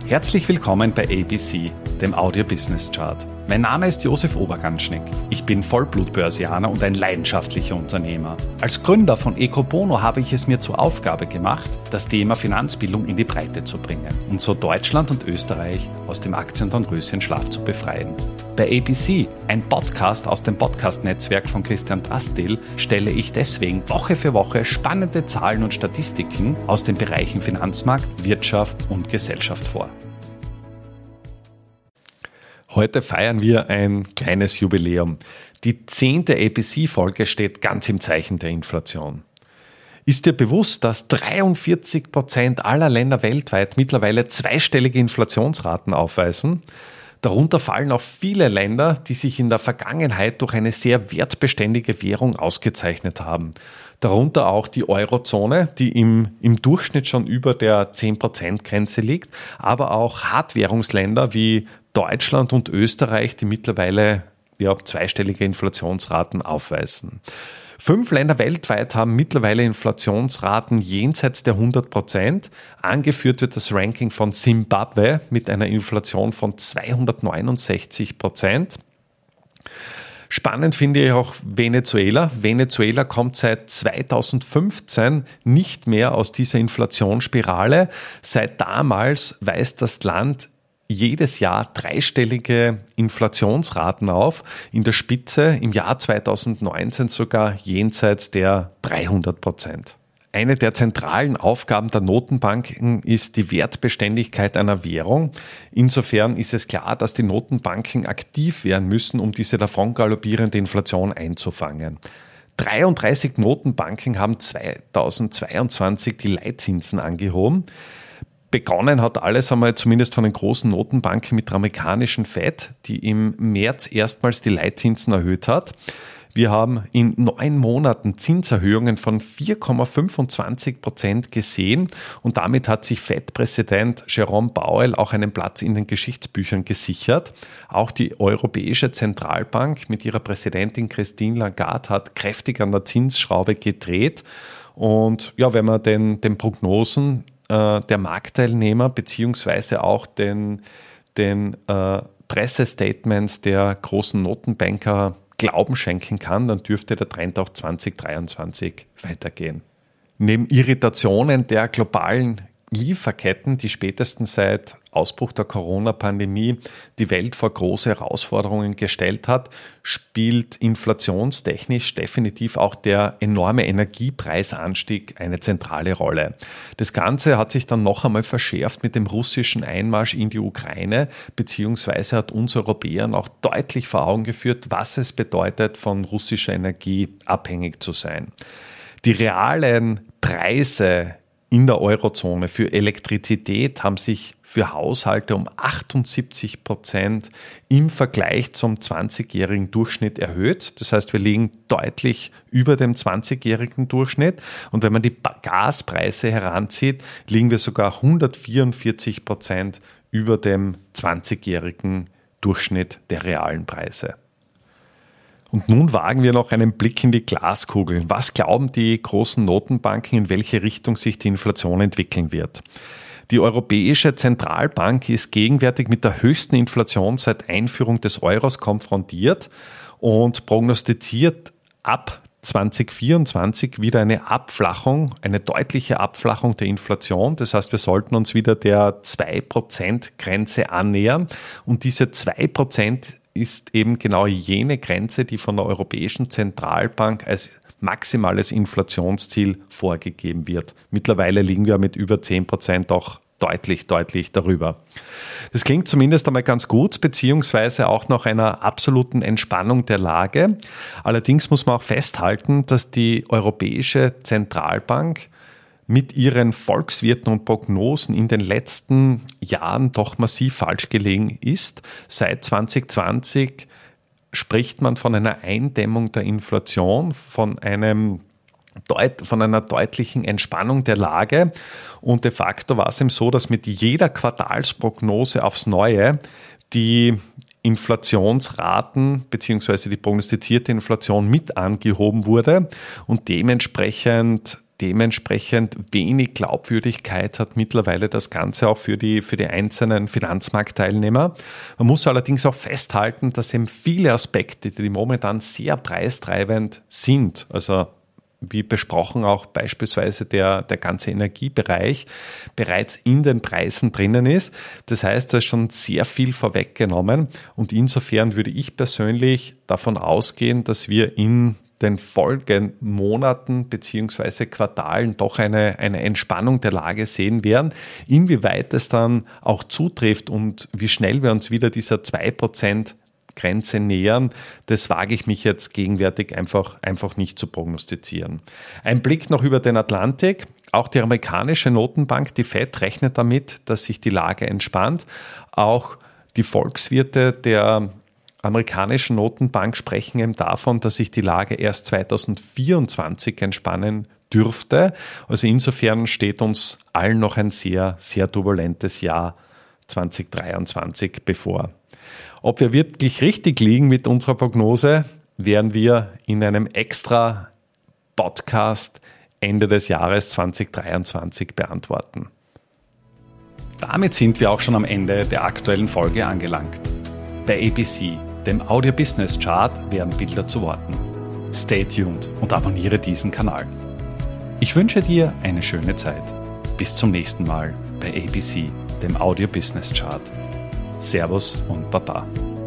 Herzlich willkommen bei ABC, dem Audio Business Chart. Mein Name ist Josef Oberganschnick. Ich bin Vollblutbörsianer und ein leidenschaftlicher Unternehmer. Als Gründer von Ecobono habe ich es mir zur Aufgabe gemacht, das Thema Finanzbildung in die Breite zu bringen und so Deutschland und Österreich aus dem Aktien-Dornröschen-Schlaf zu befreien. Bei ABC, ein Podcast aus dem Podcast-Netzwerk von Christian Drastil, stelle ich deswegen Woche für Woche spannende Zahlen und Statistiken aus den Bereichen Finanzmarkt, Wirtschaft und Gesellschaft vor. Heute feiern wir ein kleines Jubiläum. Die 10. ABC-Folge steht ganz im Zeichen der Inflation. Ist dir bewusst, dass 43% aller Länder weltweit mittlerweile zweistellige Inflationsraten aufweisen? Darunter fallen auch viele Länder, die sich in der Vergangenheit durch eine sehr wertbeständige Währung ausgezeichnet haben. Darunter auch die Eurozone, die im Durchschnitt schon über der 10%-Grenze liegt, aber auch Hartwährungsländer wie Deutschland und Österreich, die mittlerweile zweistellige Inflationsraten aufweisen. 5 Länder weltweit haben mittlerweile Inflationsraten jenseits der 100%. Angeführt wird das Ranking von Simbabwe mit einer Inflation von 269%. Spannend finde ich auch Venezuela. Venezuela kommt seit 2015 nicht mehr aus dieser Inflationsspirale. Seit damals weist das Land jedes Jahr dreistellige Inflationsraten auf, in der Spitze im Jahr 2019 sogar jenseits der 300%. Eine der zentralen Aufgaben der Notenbanken ist die Wertbeständigkeit einer Währung. Insofern ist es klar, dass die Notenbanken aktiv werden müssen, um diese davon galoppierende Inflation einzufangen. 33 Notenbanken haben 2022 die Leitzinsen angehoben. Begonnen hat alles einmal zumindest von den großen Notenbanken mit der amerikanischen Fed, die im März erstmals die Leitzinsen erhöht hat. Wir haben in 9 Monaten Zinserhöhungen von 4,25% gesehen und damit hat sich Fed-Präsident Jerome Powell auch einen Platz in den Geschichtsbüchern gesichert. Auch die Europäische Zentralbank mit ihrer Präsidentin Christine Lagarde hat kräftig an der Zinsschraube gedreht. Und ja, wenn man den Prognosen der Marktteilnehmer beziehungsweise auch den Pressestatements der großen Notenbanker Glauben schenken kann, dann dürfte der Trend auch 2023 weitergehen. Neben Irritationen der globalen Lieferketten, die spätestens seit Ausbruch der Corona-Pandemie die Welt vor große Herausforderungen gestellt hat, spielt inflationstechnisch definitiv auch der enorme Energiepreisanstieg eine zentrale Rolle. Das Ganze hat sich dann noch einmal verschärft mit dem russischen Einmarsch in die Ukraine, beziehungsweise hat uns Europäern auch deutlich vor Augen geführt, was es bedeutet, von russischer Energie abhängig zu sein. Die realen Preise in der Eurozone für Elektrizität haben sich für Haushalte um 78% im Vergleich zum 20-jährigen Durchschnitt erhöht. Das heißt, wir liegen deutlich über dem 20-jährigen Durchschnitt. Und wenn man die Gaspreise heranzieht, liegen wir sogar 144% über dem 20-jährigen Durchschnitt der realen Preise. Und nun wagen wir noch einen Blick in die Glaskugel. Was glauben die großen Notenbanken, in welche Richtung sich die Inflation entwickeln wird? Die Europäische Zentralbank ist gegenwärtig mit der höchsten Inflation seit Einführung des Euros konfrontiert und prognostiziert ab 2024 wieder eine Abflachung, eine deutliche Abflachung der Inflation. Das heißt, wir sollten uns wieder der 2%-Grenze annähern. Und diese 2% ist eben genau jene Grenze, die von der Europäischen Zentralbank als maximales Inflationsziel vorgegeben wird. Mittlerweile liegen wir mit über 10% auch deutlich darüber. Das klingt zumindest einmal ganz gut, beziehungsweise auch nach einer absoluten Entspannung der Lage. Allerdings muss man auch festhalten, dass die Europäische Zentralbank mit ihren Volkswirten und Prognosen in den letzten Jahren doch massiv falsch gelegen ist. Seit 2020 spricht man von einer Eindämmung der Inflation, von einer deutlichen Entspannung der Lage. Und de facto war es eben so, dass mit jeder Quartalsprognose aufs Neue die Inflationsraten bzw. die prognostizierte Inflation mit angehoben wurde und dementsprechend Dementsprechend wenig Glaubwürdigkeit hat mittlerweile das Ganze auch für die einzelnen Finanzmarktteilnehmer. Man muss allerdings auch festhalten, dass eben viele Aspekte, die momentan sehr preistreibend sind, also wie besprochen auch beispielsweise der ganze Energiebereich, bereits in den Preisen drinnen ist. Das heißt, da ist schon sehr viel vorweggenommen und insofern würde ich persönlich davon ausgehen, dass wir in den folgenden Monaten bzw. Quartalen doch eine Entspannung der Lage sehen werden. Inwieweit es dann auch zutrifft und wie schnell wir uns wieder dieser 2% Grenze nähern, das wage ich mich jetzt gegenwärtig einfach nicht zu prognostizieren. Ein Blick noch über den Atlantik. Auch die amerikanische Notenbank, die Fed, rechnet damit, dass sich die Lage entspannt. Auch die Volkswirte der amerikanischen Notenbank sprechen eben davon, dass sich die Lage erst 2024 entspannen dürfte. Also insofern steht uns allen noch ein sehr, sehr turbulentes Jahr 2023 bevor. Ob wir wirklich richtig liegen mit unserer Prognose, werden wir in einem extra Podcast Ende des Jahres 2023 beantworten. Damit sind wir auch schon am Ende der aktuellen Folge angelangt. Bei ABC, dem Audio Business Chart, werden Bilder zu Worten. Stay tuned und abonniere diesen Kanal. Ich wünsche dir eine schöne Zeit. Bis zum nächsten Mal bei ABC, dem Audio Business Chart. Servus und Baba.